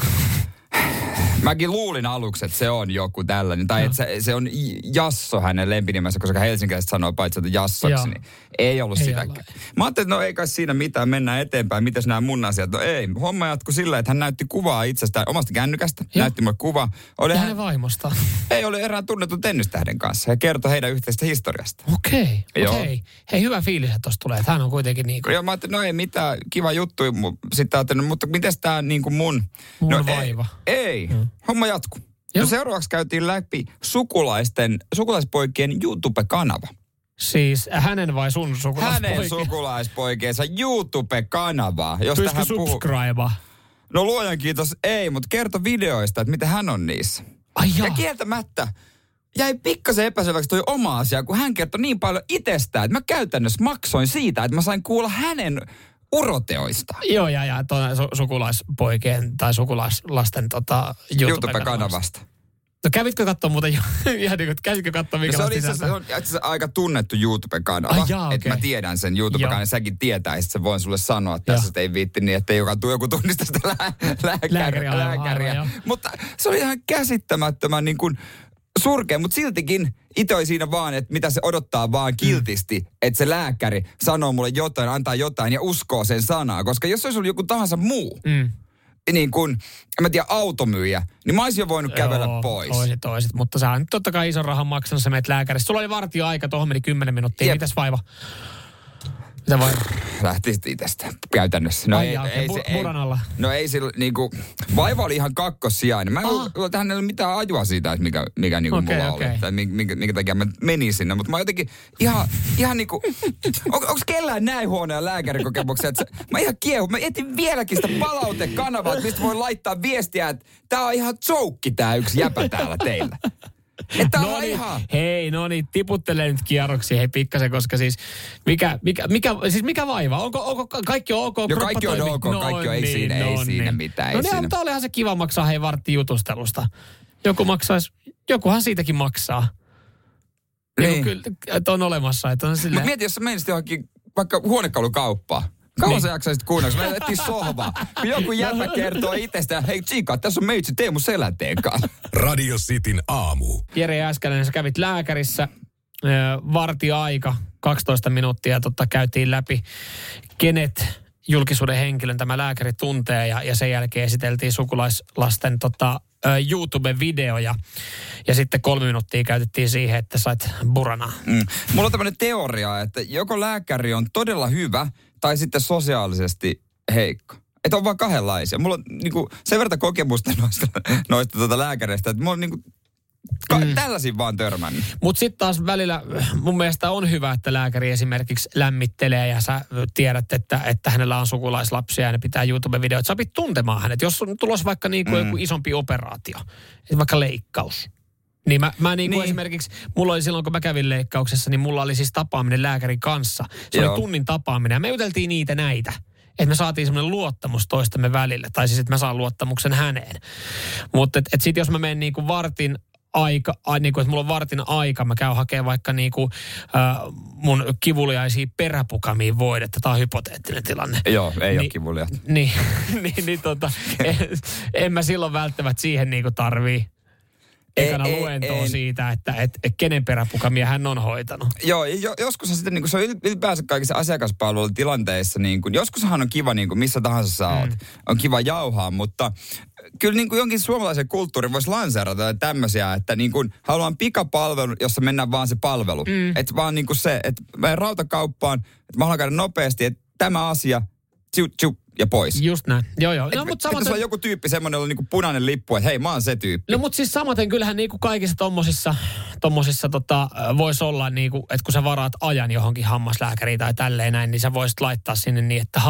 Mäkin luulin aluksi, että se on joku tällainen. Tai että se on Jasso hänen lempinimensä, koska helsinkiläiset sanoo Paitsio Jassoksi. Niin ei ollut sitäkään. Mä ajattelin, että no ei kai siinä mitään, mennään eteenpäin. Mites nämä mun asiat? No ei. Homma jatkui sillä, että hän näytti kuvaa itsestään omasta kännykästä. Näytti mulle kuvaa. Ja hänen vaimostaan. Ei, oli erään tunnetun tennistähden kanssa. Ja kertoi heidän yhteistä historiasta. Okei. Hei, hyvä fiilis, että tosta tulee. Hän on kuitenkin Joo, mä ajattelin, no ei mitaa, kiva juttu. Sitten ajattelin, mutta mites tää mun vaiva? Ei. Homma jatkuu. No seuraavaksi käytiin läpi sukulaispoikien YouTube-kanava. Siis hänen vai sun sukulaispoikien? Hänen sukulaispoikiensa YouTube-kanavaa. Pystykö subscribea? No luojan kiitos, ei, mutta kerto videoista, että miten hän on niissä. Ja kieltämättä jäi pikkasen epäselväksi toi oma asia, kun hän kertoi niin paljon itsestään, että mä käytännössä maksoin siitä, että mä sain kuulla hänen uroteoista. Joo, ja sukulaispoikien tai sukulaislasten YouTube-kanavasta. No kävitkö katsoa muuten kävitkö katsoa mikä se on itse asiassa aika tunnettu YouTube-kanava. Että mä tiedän sen YouTube-kanavan, säkin tietäisit, se voin sulle sanoa tässä, että ei viitti niin, että joku tunnista sitä lääkäriä. Mutta se oli ihan käsittämättömän surkea, mutta siltikin itse oli siinä vaan, että mitä se odottaa vaan kiltisti, että se lääkäri sanoo mulle jotain, antaa jotain ja uskoo sen sanaa. Koska jos se olisi ollut joku tahansa muu, niin kuin, en mä tiedä, automyyjä, niin mä olisin jo voinut kävellä pois. Toisit, mutta sä on nyt totta kai ison rahan maksanut, sä meet lääkäristä. Sulla oli vartioaika, tuohon meni 10 minuuttia, mitäs vaiva? Mitä vai? Lähti itsestä käytännössä. No Buranalla. No ei sillä niinku, vaiva oli ihan kakkossijainen. Mä en ollut hänellä mitään ajua siitä, että mikä niinku mulla oli. Tai minkä takia mä menin sinne. Mutta mä jotenkin ihan niinku, onks kellään näin huonoja lääkärikokemuksia? Että mä ihan mä etin vieläkin sitä palautekanavaa, että mistä voi laittaa viestiä, että tää on ihan joke tää yksi jäpä täällä teillä. Että on ihan... Hei, no niin, tiputtele nyt kierroksia, hei pikkasen, koska siis mikä vaiva? Onko kaikki ok? Jo kaikki on ok, kaikki on, ei siinä mitään. No niin, mutta olihan se kiva maksaa hei vartti jutustelusta. Jokuhan siitäkin maksaa. Niin. Kyllä, että on olemassa, että on silleen... Mutta mieti, jos sä menisit johonkin vaikka huonekalukauppaan. Kauan sä jaksaisit kuunnella, mä etsin sohvaa. Kun joku jäpä kertoo itsestä, hei Tsika, tässä on meitsi Teemu Selänteen kanssa. Radio Cityn aamu. Jere Jääskeläinen, sä kävit lääkärissä, vartiaika, 12 minuuttia, käytiin läpi, kenet julkisuuden henkilön tämä lääkäri tuntee ja sen jälkeen esiteltiin sukulaislasten YouTube-videoja. Ja sitten 3 minuuttia käytettiin siihen, että sait buranaa. Mulla on tämmöinen teoria, että joko lääkäri on todella hyvä tai sitten heikko. Että on vaan kahdenlaisia. Mulla on niinku sen verran kokemusta noista lääkäreistä, että mulla on niinku tällaisiin vaan törmännyt. Mutta sitten taas välillä mun mielestä on hyvä, että lääkäri esimerkiksi lämmittelee ja sä tiedät, että hänellä on sukulaislapsia ja ne pitää YouTube-videoita. Sä opit tuntemaan hänet. Jos on tulossa vaikka niinku joku isompi operaatio, vaikka leikkaus. Niin mä niinku esimerkiksi, mulla oli silloin kun mä kävin leikkauksessa, niin mulla oli siis tapaaminen lääkärin kanssa. Se oli tunnin tapaaminen ja me juteltiin näitä. Että me saatiin semmoinen luottamus toistemme välille. Tai siis, että mä saan luottamuksen häneen. Mutta et sit jos mä menen niinku vartin aika, niinku, että mulla on vartin aika, mä käyn hakemaan vaikka niinku mun kivuliaisia peräpukamiin voidetta. Tää on hypoteettinen tilanne. Joo, ei ole kivulia. En mä silloin välttämättä siihen niinku tarvii ekana luentoa siitä, että kenen peräpukamia hän on hoitanut. Joo, joskus sitten niin se on ylipäänsä kaikissa asiakaspalvelutilanteissa, niin kuin, joskushan on kiva niin kuin missä tahansa sä oot. On kiva jauhaa, mutta kyllä niin kuin jonkin suomalaisen kulttuurin voisi lanseerata tämmöisiä, että niin kuin haluan pikapalvelun, jossa mennään vaan se palvelu. Että vaan niin kuin se, että mä rautakauppaan, että mä haluan käydä nopeasti, että tämä asia, ja pois. Just näin. Joo. No, mutta samaten... Jos on joku tyyppi semmoinen, jolla on niinku punainen lippu, että hei, mä oon se tyyppi. No mutta siis samaten kyllähän niinku kaikissa tommosissa voisi olla niinku, että kun sä varaat ajan johonkin hammaslääkäriin tai tälleen näin, niin sä voisit laittaa sinne niin, että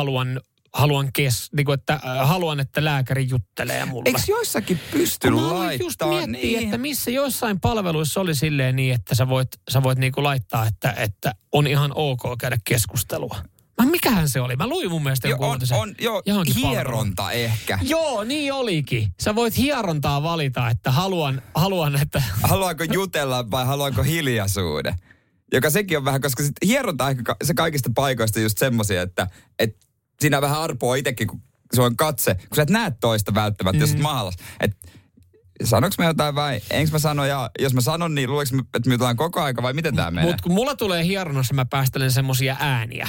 haluan, että lääkäri juttelee mulle. Eikö joissakin pysty laittamaan? Just miettiä, että missä joissain palveluissa oli silleen niin, että sä voit niinku laittaa, että on ihan ok käydä keskustelua. Mikähän se oli? Mä luin mun mielestä joku uutisen. Hieronta palvelu. Ehkä. Joo, niin olikin. Sä voit hierontaa valita, että haluan, että... Haluanko jutella vai haluanko hiljaisuuden? Joka sekin on vähän, koska hieronta on ehkä se kaikista paikoista just semmosia, että siinä vähän arpoa itsekin, kun se on katse. Kun sä et näe toista välttämättä, jos et mahalas. Sanoinko mä jotain vai enkö mä sano, ja jos mä sanon, niin luuleeko että me jutellaan koko aika vai miten tää menee? Mutta kun mulla tulee hieronnassa, mä päästelen semmosia ääniä.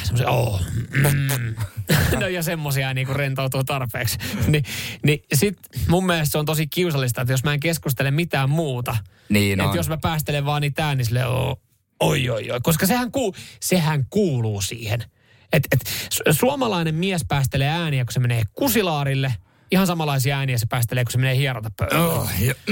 No ja semmosia ääniä, kun rentoutuu tarpeeksi. Niin sit mun mielestä se on tosi kiusallista, että jos mä en keskustele mitään muuta. Niin että jos mä päästelen vaan niitä ääniä silleen, oi. Koska sehän kuuluu siihen. Suomalainen mies päästelee ääniä, kun se menee kusilaarille. Ihan samanlaisia ääniä se päästelee, kun se menee hierontapöydälle.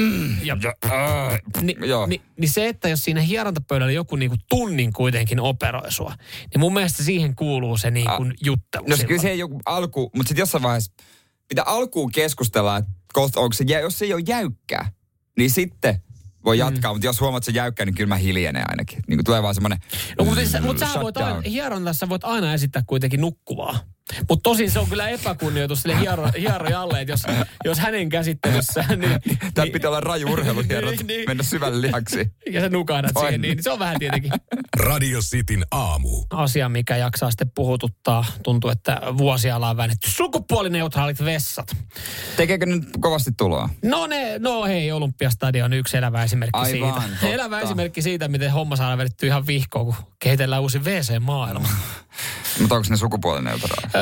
Niin se, että jos siinä hierontapöydällä joku niinku tunnin kuitenkin operoi sua, niin mun mielestä siihen kuuluu se niinku juttelu. No kyllä se ei joku alku, mutta sitten jossain vaiheessa pitää alkuun keskustella, että onko se, jos se ei ole jäykkää, niin sitten voi jatkaa, mutta jos huomaat se jäykkää, niin kyllä mä hiljenen ainakin. Niin kuin tulee vaan semmoinen mutta sä voit hierontassa voit aina esittää kuitenkin nukkuvaa. Mutta tosin se on kyllä epäkunnioitus sille hierojalle, että jos hänen käsittelyssään... Tämä pitää olla raju urheiluhierot, mennä syvälle lihaksi. Ja sä nukahdat siihen, niin se on vähän tietenkin. Radio Cityn aamu. Asia, mikä jaksaa sitten puhututtaa, tuntuu, että vuosia ollaan väännetty. Sukupuolineutraalit vessat. Tekeekö nyt kovasti tuloa? No hei, Olympiastadion on yksi elävä esimerkki siitä. Elävä esimerkki siitä, miten homma saadaan vedetty ihan vihkoon, kun kehitellään uusi WC-maailma. Mutta onko ne sukupuolineutraali?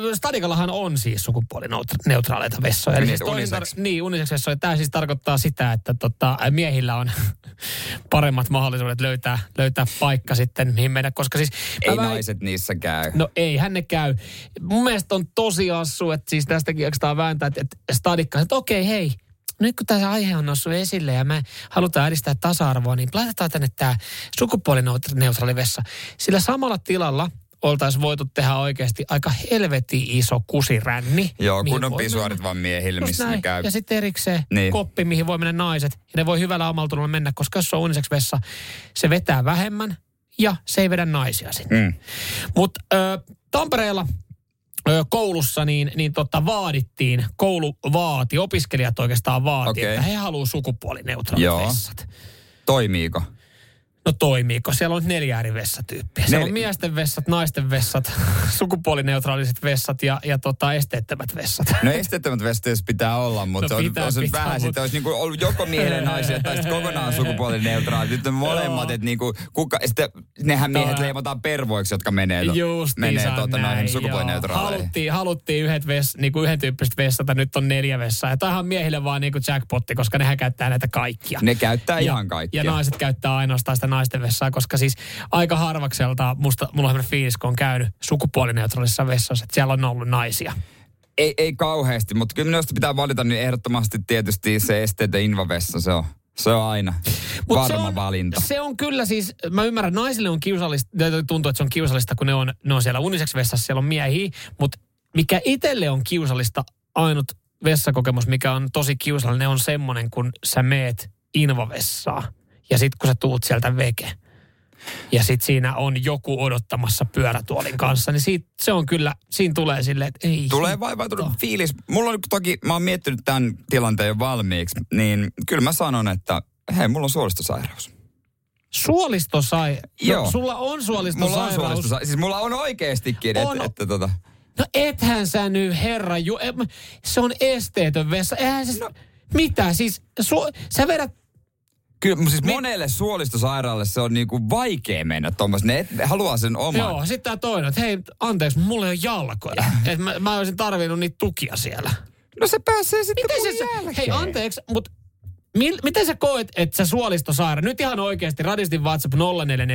Stadikallahan on siis sukupuolineutraaleita vessoja. Eli siis unisex vessoja. Tämä siis tarkoittaa sitä, että miehillä on paremmat mahdollisuudet löytää paikka sitten, mihin mennä. Koska siis... naiset niissä käy. No eihän ne käy. Mun mielestä on tosi assu, että siis tästäkin jaksetaan vääntää, että Stadikka, että okei, hei. Nyt kun tämä aihe on noussut esille ja me halutaan edistää tasa-arvoa, niin laitetaan tänne tämä sukupuolineutraali vessa. Sillä samalla tilalla oltaisiin voitu tehdä oikeasti aika helvetin iso kusiränni. Joo, kun on pisuarit vaan miehille, missä ne käy. Ja sitten erikseen koppi, mihin voi mennä naiset. Ja ne voi hyvällä omalla tunnolla mennä, koska jos on unisex vessa, se vetää vähemmän ja se ei vedä naisia sinne. Mutta Tampereella... koulussa vaadittiin, koulu vaati, opiskelijat oikeastaan vaati, että he haluaa sukupuolineutraalit vessat. Toimiiko? No toimiiko? Siellä on 4 eri vessatyyppiä. Siellä on miesten vessat, naisten vessat, sukupuolineutraaliset vessat ja esteettömät vessat. No esteettömät vessat pitää olla, mutta on vähän sitten olisi niinku ollut joko miehen naisia tai sitten kokonaan sukupuolineutraali. Nyt on molemmat, että niinku nehän miehet leimataan pervoiksi, jotka menee noihin sukupuolineutraaleihin. Haluttiin yhden tyyppiset vessat, nyt on 4 vessaa. Ja tämähän on miehille vaan niinku jackpotti, koska nehän käyttää näitä kaikkia. Ne käyttää ihan kaikkia. Ja naiset käyttää ainoastaan sitä naisten vessaa, koska siis aika harvakselta mulla on sellainen fiilis, kun on käynyt sukupuolineutraalissa vessassa, että siellä on ollut naisia. Ei kauheasti, mutta kyllä minusta pitää valita niin ehdottomasti tietysti se esteetön invavessa, se on aina varma valinta. Se on kyllä siis, mä ymmärrän, naisille on kiusallista, tuntuu, että se on kiusallista, kun ne on siellä unisex-vessassa, siellä on miehiä, mutta mikä itselle on kiusallista, ainut vessakokemus, mikä on tosi kiusallinen, on semmoinen, kun sä meet invavessaa. Ja sitten kun sä tuut sieltä veke, ja sitten siinä on joku odottamassa pyörätuolin kanssa, niin se on kyllä, siinä tulee silleen, että ei. Tulee vaivautunut fiilis. Mulla on toki, mä oon miettinyt tämän tilanteen jo valmiiksi, niin kyllä mä sanon, että hei, mulla on suolistosairaus. Joo. No, sulla on suolistosairaus. Siis mulla on oikeestikin, No ethän sä nyt, herra, se on esteetön vessa. Eihän se, mitä siis, sä vedät. Kyllä, siis monelle suolistosairaalle se on niinku vaikea mennä tuommoista. Ne haluaa sen oman. Joo, sitten tää toinen, että hei, anteeksi, mulla ei ole jalkoja. Että mä olisin tarvinnut niitä tukia siellä. No se pääsee sitten jälkeen. Hei, anteeksi, mutta miten sä koet, että sä suolistosaira? Nyt ihan oikeasti, radistin WhatsApp 0447255854.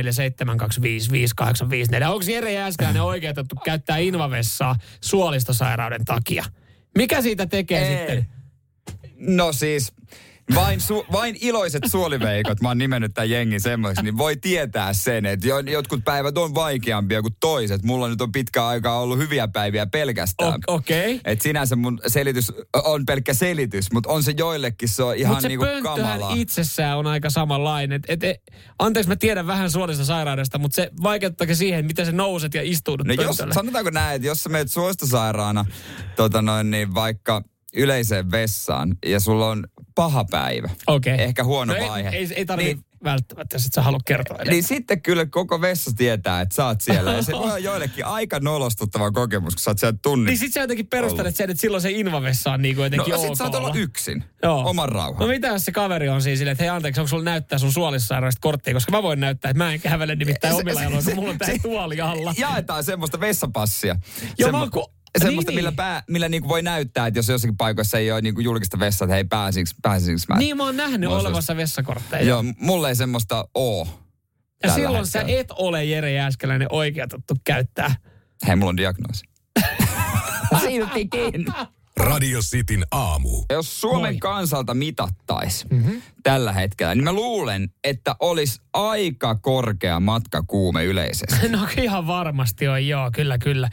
Onko Jere Jääskeläinen oikeutettu käyttää invavessaa suolistosairauden takia? Mikä siitä tekee sitten? No siis... Vain iloiset suoliveikot, mä oon nimennyt tämän jengin semmoiksi, niin voi tietää sen, että jotkut päivät on vaikeampia kuin toiset. Mulla nyt on pitkä aikaa ollut hyviä päiviä pelkästään. Okei. Että sinänsä mun selitys on pelkkä selitys, mutta on se joillekin, se on ihan niinku kamalaa. Mutta se pönttöhän itsessään on aika samanlainen. Anteeksi, mä tiedän vähän suolistosairaudesta, mutta se vaikeuttakin siihen, miten sä nouset ja istuudut pöntölle. Sanotaanko näin, että jos sä menet suolistosairaana niin vaikka yleiseen vessaan ja sulla on paha päivä. Ehkä huono vaihe. Ei tarvitse välttämättä, jos et sä halua kertoa edes. Niin sitten kyllä koko vessa tietää, että sä oot siellä. Ja se voi olla joillekin aika nolostuttava kokemus, kun sä oot siellä tunnin. Niin sit sä jotenkin perustelet sen, että silloin se invavessa on niin kuin jotenkin ok. No sit saat olla yksin. Oman rauhan. No mitä jos se kaveri on siis silleen, että hei anteeksi, onko sulla näyttää sun suolistosairaudesta korttia? Koska mä voin näyttää, että mä en kävele nimittäin omilla jaloilla, kun mulla on tää tuoli alla. Jaetaan semmoista vessapassia. Semmoista, millä niinku voi näyttää, että jos jossakin paikoissa ei ole niinku julkista vessaa, että hei, pääsinkö mä? Niin mä oon nähnyt olemassa vessakortteja. Joo, mulla ei semmoista oo. Ja silloin sä et ole Jere Jääskeläinen oikeutettu käyttää. Hei, mulla on diagnoosi. Siltikin. Radio Cityn aamu. Jos Suomen kansalta mitattaisi tällä hetkellä, niin mä luulen, että olisi aika korkea matkakuume yleisesti. No ihan varmasti on, joo, kyllä.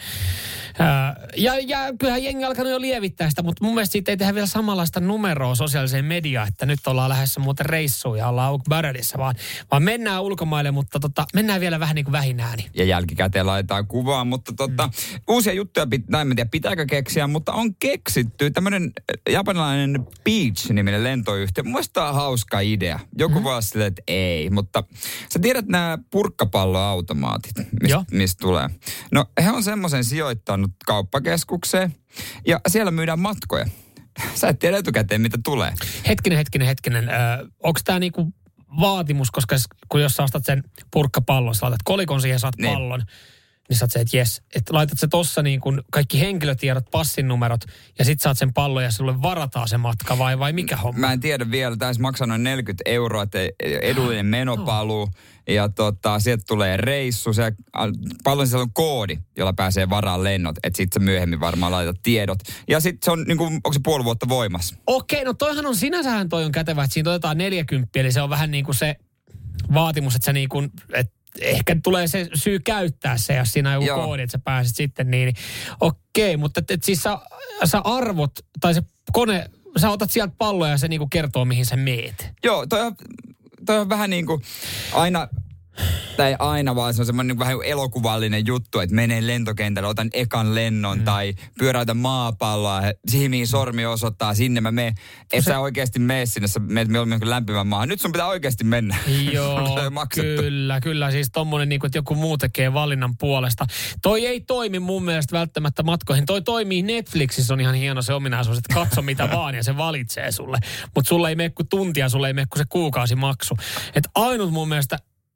Ja kyllähän jengi alkanut jo lievittää sitä, mutta mun mielestä siitä ei tehdä vielä samanlaista numeroa sosiaaliseen mediaan, että nyt ollaan lähdössä muuten reissuun ja ollaan Oak-Barrelissa, vaan mennään ulkomaille, mutta mennään vielä vähän niin kuin vähinääni. Ja jälkikäteen laitetaan kuvaa, mutta uusia juttuja, en tiedä pitääkö keksiä, mutta on keksitty tämmöinen japanilainen Beach-niminen lentoyhtiö. Mun mielestä on hauska idea. Joku voi olla silleen, että ei, mutta sä tiedät nämä purkkapalloautomaatit, mistä tulee. No he on semmoisen sijoittanut kauppakeskukseen ja siellä myydään matkoja. Sä et tiedä etukäteen, mitä tulee. Hetkinen. Onko tämä niinku vaatimus, koska kun jos sä ostat sen purkkapallon, sä laitat kolikon siihen, saat pallon, niin sä oot se, että jes, että laitat se tossa niin kuin kaikki henkilötiedot, passinnumerot ja sit saat sen pallon ja sulle varataan se matka vai mikä homma? Mä en tiedä vielä, tässä maksaa noin 40 €, että edullinen menopaluu. Ja sieltä tulee reissu, pallon sisällä on koodi, jolla pääsee varaan lennot, että sit sä myöhemmin varmaan laitat tiedot. Ja sit se on niinku, onko se puoli vuotta voimassa? Okei, no toihan on sinänsähän toi on kätevä, että siinä otetaan 40, eli se on vähän niin kuin se vaatimus, että sä niin kuin, että ehkä tulee se syy käyttää se, jos siinä on joku koodi, että sä pääset sitten niin. Okei, mutta et siis sä arvot, tai se kone, sä otat sieltä palloja ja se niinku kertoo, mihin sä meet. Joo, toi on vähän niin kuin aina, tai aina vaan se on semmoinen vähän elokuvallinen juttu, että menee lentokentälle, otan ekan lennon tai pyöräytän maapalloa, siihen mihin sormi osoittaa, sinne mä menen. Et sä oikeasti mene sinne, sä menet mieluummin lämpimän maahan. Nyt sun pitää oikeasti mennä. Joo, kyllä. Siis tommonen niin kuin, että joku muu tekee valinnan puolesta. Toi ei toimi mun mielestä välttämättä matkoihin. Toi toimii Netflixissä, on ihan hieno se ominaisuus, että katso mitä vaan ja se valitsee sulle. Mutta sulle ei mene kuin tuntia, sulle ei mene kuin se kuukausimaksu. Että ainut mun mielestä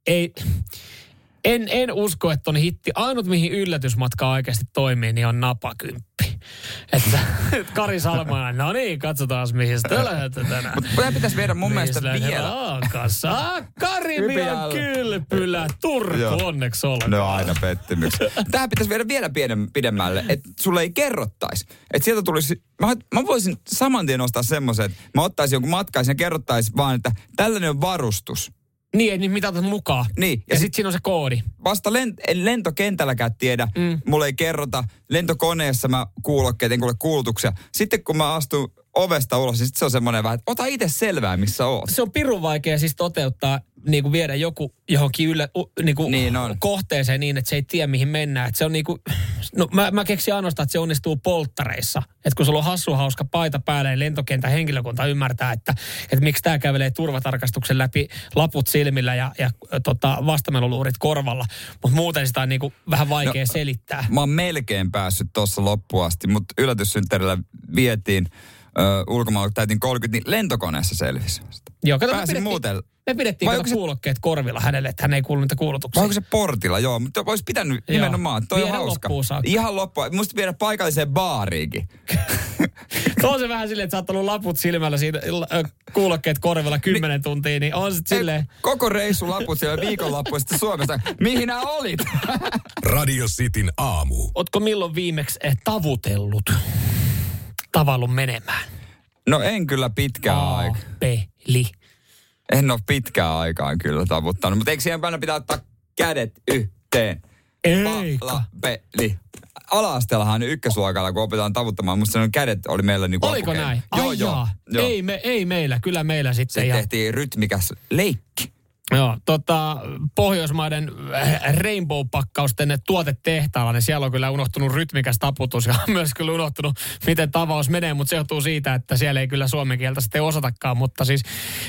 En usko, että on hitti. Ainut, mihin yllätysmatka oikeasti toimii, niin on napakymppi. Että Kari Salmanen, no niin, katsotaan mihin sitä lähdetään tänään. Mutta tämä pitäisi viedä mun mielestä vielä. Karibian kylpylä, Turku, onneksi olkoon. No aina pettymyksiä. Tähän pitäisi viedä vielä pidemmälle, että sulle ei kerrottaisi. Että sieltä tulisi, mä voisin saman tien ostaa semmoisen, että mä ottaisin jonkun matkaisin ja kerrottaisi vaan, että tällainen on varustus. Niin mitä otat mukaan. Niin. Ja sitten siinä on se koodi. Vasta en lentokentälläkään tiedä. Mulle ei kerrota. Lentokoneessa mä kuulokkeet, en kuule kuulutuksia. Sitten kun mä astun ovesta ulos, niin sit se on semmoinen vähän, että ota itse selvää, missä oot. Se on pirun vaikea siis toteuttaa, niin kuin viedä joku johonkin kohteeseen niin, että se ei tiedä mihin mennään. Että se on niin kuin, no mä keksin ainoastaan, että se onnistuu polttareissa. Että kun sulla on hauska paita päällä, niin lentokentän henkilökunta ymmärtää, että miksi tää kävelee turvatarkastuksen läpi laput silmillä ja vastameluluurit korvalla. Mutta muuten sitä on niin kuin vähän vaikea selittää. Mä oon melkein päässyt tuossa loppuun asti, mutta yllätyssynttärillä vietiin ulkomailla, kun täytin 30, niin lentokoneessa selvisi. Joo, kato, me pidettiin kuulokkeet korvilla hänelle, että hän ei kuulu niitä kuulutuksia. Vai onko se portilla? Joo, mutta olisi pitänyt nimenomaan. Toi on hauska. Ihan loppuun. Musta viedä paikalliseen baariinkin. On se vähän silleen, että sä oot ollut laput silmällä siinä kuulokkeet korvilla 10 tuntia, niin on sit silleen. Koko reissu laput siellä viikonloppuun sitten Suomesta. Mihin nää olit? Radio Cityn aamu. Ootko milloin viimeksi tavutellut? Tavallut menemään? No en kyllä pitkään aikaa. Peli. En ole pitkään aikaan kyllä tavuttanut, mutta eikö siihen aina pitää ottaa kädet yhteen? Eikä. Peli. Ala-asteellahan ykkösluokalla, kun opetaan tavuttamaan, musta ne kädet oli meillä niin kuin oliko apukeen. näin? Joo. Ei meillä, kyllä meillä sitten. Se tehtiin rytmikäs leikki. Joo, Pohjoismaiden Rainbow-pakkausten tuotetehtaalla, niin siellä on kyllä unohtunut rytmikäs taputus ja myös kyllä unohtunut, miten tavaus menee, mutta se johtuu siitä, että siellä ei kyllä suomen kieltä sitten osatakaan, mutta siis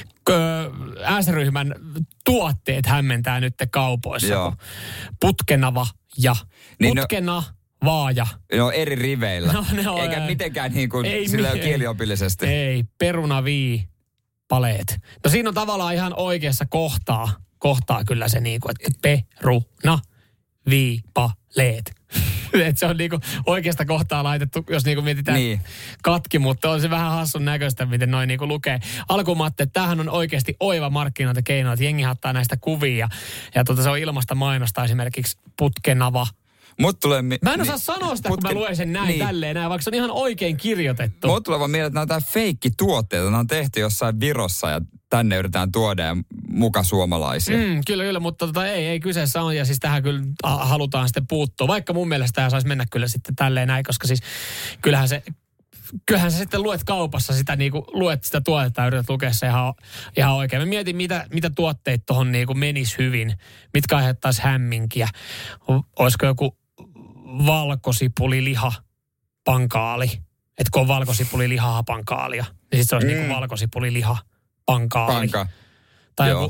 S-ryhmän tuotteet hämmentää nyt kaupoissa. Joo. Putkenava ja Putkenavaaja. Ne on eri riveillä. No, ne on, eikä mitenkään niin kuin sillä kieliopillisesti. Ei, perunavii. Paleet. No siinä on tavallaan ihan oikeassa kohtaa kyllä se niinku, että peruna, viipaleet. Että se on niinku oikeasta kohtaa laitettu, jos niinku mietitään katki, mutta on se vähän hassun näköistä, miten noin niinku lukee. Alkuun mä ajattelin, että tämähän on oikeasti oiva markkinointikeino, että jengi hattaa näistä kuvia. Ja se on ilmasta mainosta esimerkiksi Putkenava. Mä en osaa sanoa sitä, kun mä luen sen näin tälleen, vaikka se on ihan oikein kirjoitettu. Mulle tulee vaan mieleen, että nämä on jotain feikkituotteita. Nämä on tehty jossain Virossa ja tänne yritetään tuoda ja muka suomalaisia. Kyllä, mutta ei kyseessä on. Ja siis tähän kyllä halutaan sitten puuttua. Vaikka mun mielestä tämä saisi mennä kyllä sitten tälleen näin, koska siis kyllähän sä sitten luet kaupassa sitä, niinku, luet sitä tuotetta ja yrität lukea se ihan oikein. Mä mietin, mitä tuotteita tuohon niinku menisi hyvin, mitkä aiheuttaisi hämminkiä. Olisiko joku valkosipuliliha pankaali. Että kun on valkosipulilihaa pankaalia, niin sitten se olisi niinku valkosipuliliha pankaali. Tai joku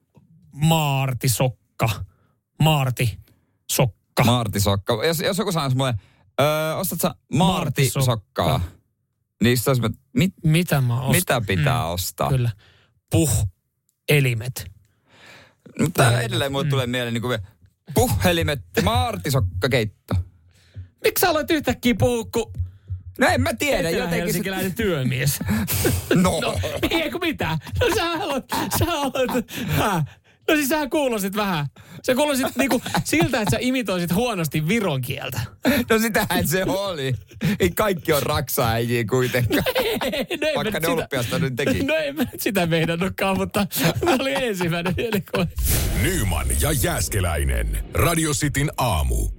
maartisokka. Maartisokka. Jos joku sanoisi mulle, ostat sä maartisokkaa? Niin se olisi, mitä mä ostan? Mitä pitää ostaa? Kyllä. Elimet. Mutta edelleen mulle tulee mieleen niin kuin Puhelimet, maartisokkakeitto. Miksi sä aloit yhtäkkiä puhua, kun No en mä tiedä, jotenkin helsinkiläinen työmies? No. Eikö mitään? No sä aloit. No siis sä kuulosit vähän. Sä kuulosit niinku siltä, että sä imitoisit huonosti viron kieltä. No sitähän se oli. Ei kaikki on raksaäijiä kuitenkaan. No vaikka ne olympiasta nyt teki. No en mä sitä meidannutkaan, mutta mä olin ensimmäinen mielikuva. Nyman ja Jääskeläinen. Radio Cityn aamu.